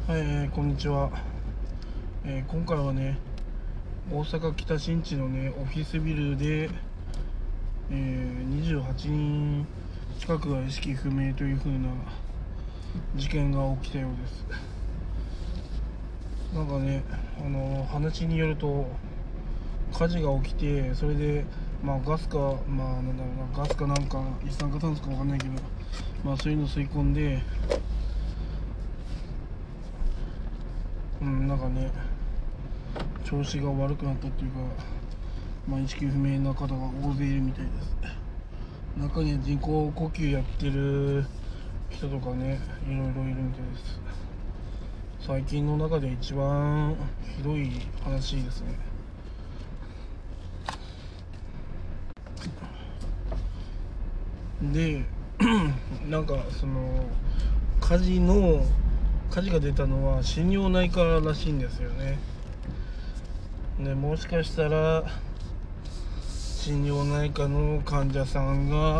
はい、こんにちは。今回はね、大阪北新地のね、オフィスビルで、28人近くが意識不明という風な事件が起きたようです。なんかね、話によると、火事が起きて、それで、ガスか、なんだろうな、ガスかなんか、一酸化炭素かわかんないけど、そういうの吸い込んで、なんかね、調子が悪くなったっていうか、意識不明な方が大勢いるみたいです。中には人工呼吸やってる人とかね、いろいろいるみたいです。最近の中で一番ひどい話ですね。でなんか火事の火事が出たのは心療内科らしいんですよね。でもしかしたら心療内科の患者さんが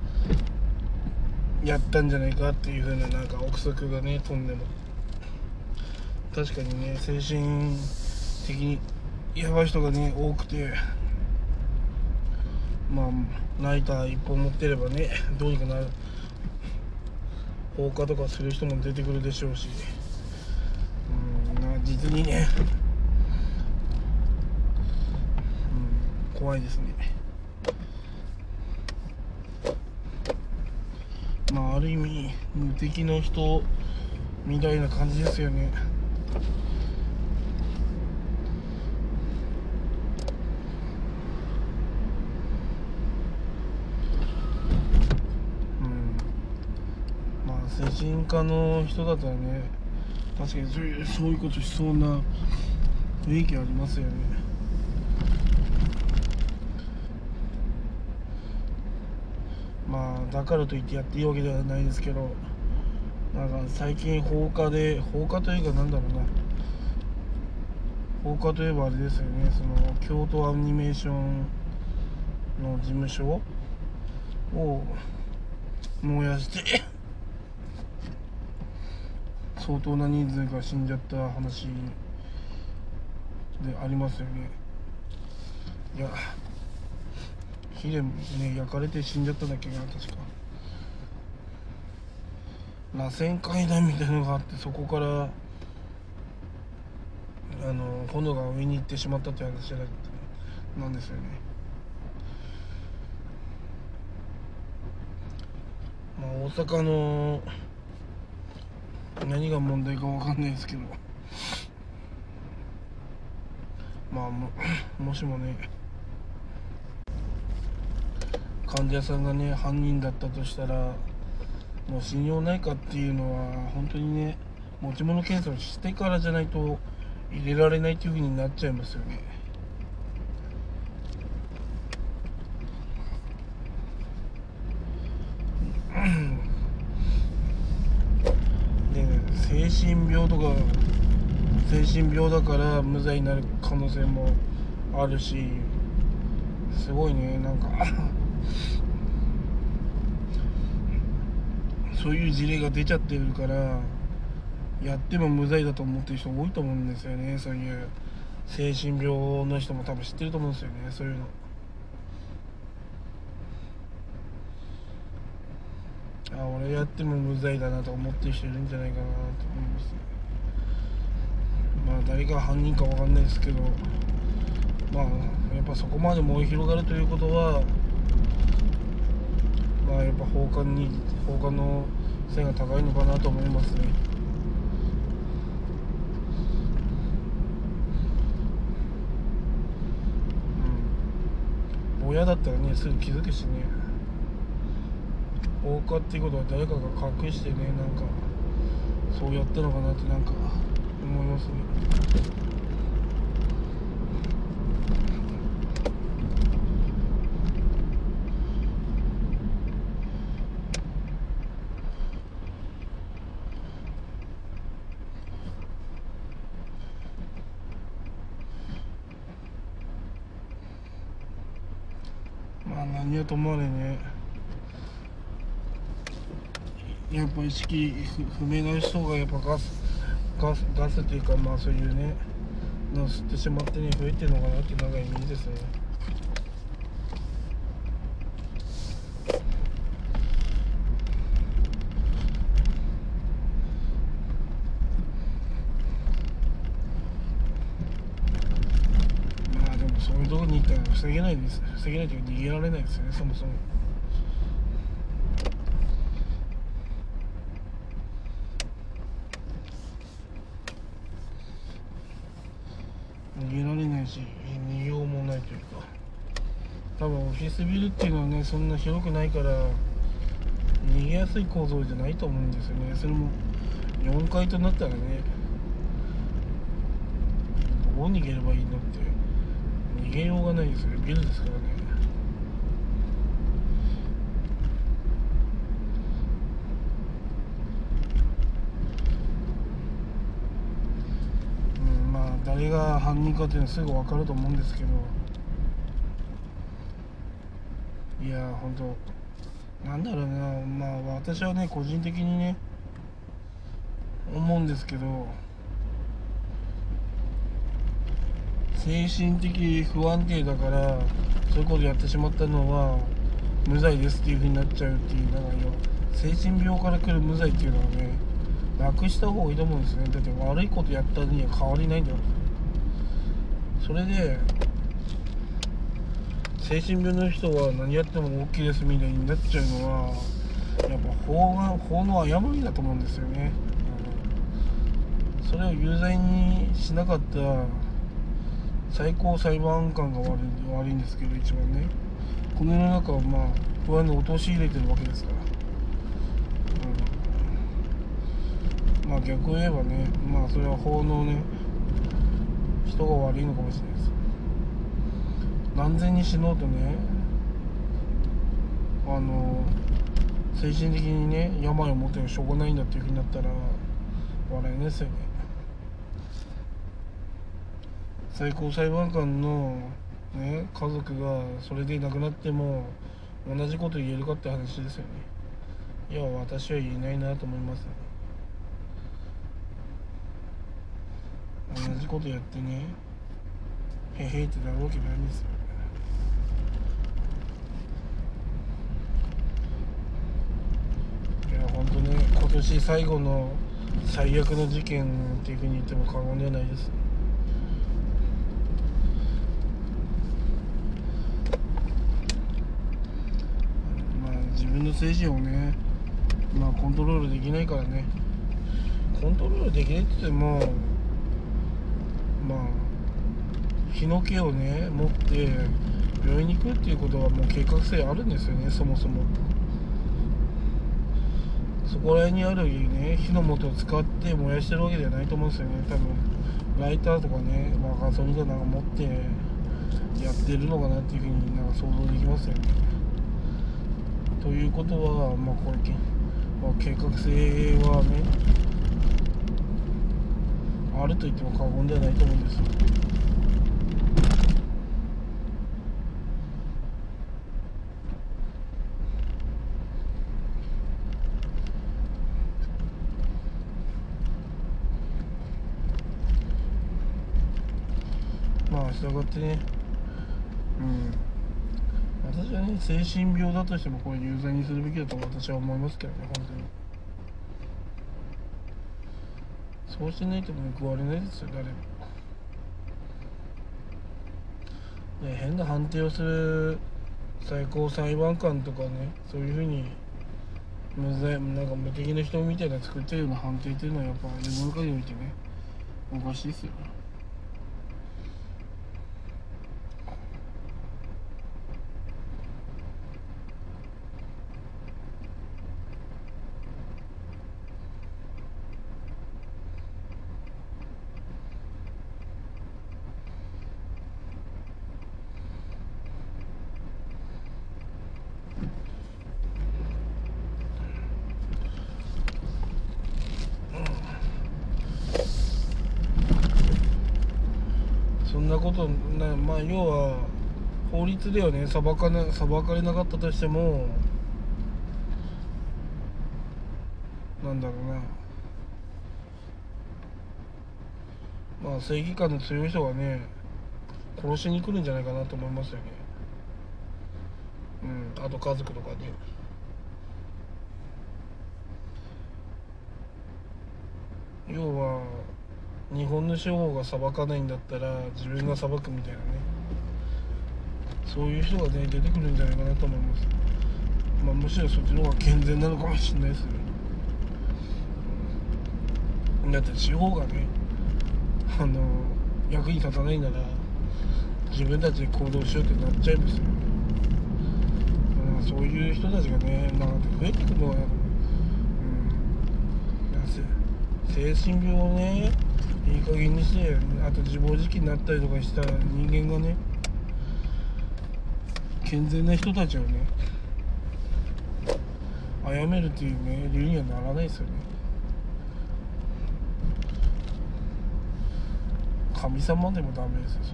やったんじゃないかっていう風ななんか憶測がね飛んでも、確かにね、精神的にやばい人がね多くて、ライター一本持ってればねどうにかなる、放火とかする人も出てくるでしょうし、実にね、怖いですね。ある意味無敵の人みたいな感じですよね。精神科の人だったらね、確かにそういうことしそうな雰囲気ありますよね。だからといってやっていいわけではないですけど、なんか最近放火というか、なんだろうな、放火といえばあれですよね、京都アニメーションの事務所を燃やして相当な人数が死んじゃった話でありますよね。いや、火でね焼かれて死んじゃったんだっけな、確か。螺旋階段みたいなのがあって、そこから炎が上に行ってしまったっていう話なんですよね。大阪の何が問題かわかんないですけど、もしもね患者さんがね犯人だったとしたら、もう心療内科っていうのは本当にね、持ち物検査をしてからじゃないと入れられないっていう風になっちゃいますよね。でね、精神病だから無罪になる可能性もあるし、すごいね、なんかそういう事例が出ちゃってるから、やっても無罪だと思ってる人多いと思うんですよね。そういう精神病の人も多分知ってると思うんですよね、そういうの。俺やっても無罪だなと思ってる人いるんじゃないかなと思いますね。誰が犯人かわかんないですけど、やっぱそこまで燃え広がるということは、やっぱ放火の線が高いのかなと思いますね。親だったらねすぐ気づくしね、放火っていうことは誰かが隠してね、なんかそうやったのかなってなんか思いますね。何はともあれね、やっぱ意識不明な人がやっぱガガスっていうか、まあそういうねのを吸ってしまってね、増えてるのかなってなんかイメージですね。まあでもそういうところに行ったら防げないというか逃げられないですよね、そもそも。逃げられないし逃げようもないというか、多分オフィスビルっていうのはねそんな広くないから逃げやすい構造じゃないと思うんですよね。それも4階となったらね、どう逃げればいいのって、逃げようがないですよね、ビルですからね。まあ誰が犯人かっていうのはすぐ分かると思うんですけど、いや本当なんだろうな、まあ私はね個人的にね思うんですけど、精神的不安定だからそういうことやってしまったのは無罪ですっていう風になっちゃうっていう、なんか精神病から来る無罪っていうのはねなくした方がいいと思うんですね。だって悪いことやったには変わりないんだよ。それで精神病の人は何やっても OK ですみたいになっちゃうのはやっぱ法の誤りだと思うんですよね。それを有罪にしなかった最高裁判官が悪いんですけど、一番ねこの世の中をまあ不安に陥れてるわけですから、まあ逆を言えばね、まあそれは法のね人が悪いのかもしれないです。何千に死のうとね、精神的にね病を持ってるしょうがないんだっていうふうになったら笑いですよね。最高裁判官の、ね、家族がそれで亡くなっても同じこと言えるかって話ですよね。いや私は言えないなと思いますね。同じことやってねへへってなるわけないんですよ。いや本当ね今年最後の最悪の事件っていうふうに言っても過言ではないです。まあ自分の精神をねまあコントロールできないからね、コントロールできないって言ってもまあ日の気をね持って病院に行くっていうことはもう計画性あるんですよね。そもそもそこら辺にあるね火の元を使って燃やしてるわけではないと思うんですよね。多分ライターとかね、まあ、ガソリンとかなんか持ってやってるのかなっていうふうになんか想像できますよね。ということはまあこれ、まあ、計画性はねあると言っても過言ではないと思うんですよ。まあ従ってね、私はね精神病だとしてもこれ有罪にするべきだと私は思いますけどね、本当に。そうしないと報われないですよ誰も。ね、変な判定をする最高裁判官とかね、そういうふうになんか無敵の人みたいな作ってるような判定っていうのはやっぱ世の中においてねおかしいですよ。そんなことまあ要は法律ではね裁かれなかったとしてもなんだろうな、 まあ正義感の強い人がね殺しに来るんじゃないかなと思いますよね。あと家族とかね。要は日本の司法が裁かないんだったら自分が裁くみたいなね、そういう人がね出てくるんじゃないかなと思います。むしろそっちの方が健全なのかもしれないですね。だって司法がね役に立たないなら自分たちで行動しようってなっちゃいますよ。そういう人たちがねなんか増えてくるのは、精神病をねいい加減にして、あと自暴自棄になったりとかした人間がね、健全な人たちをね殺めるっていうね理由にはならないですよね。神様でもダメですよ。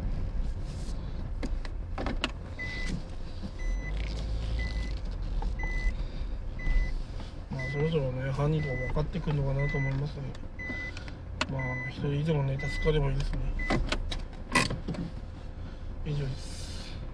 そろそろね犯人とか分かってくるのかなと思いますね。一人以上のね助かればいいですね。以上です。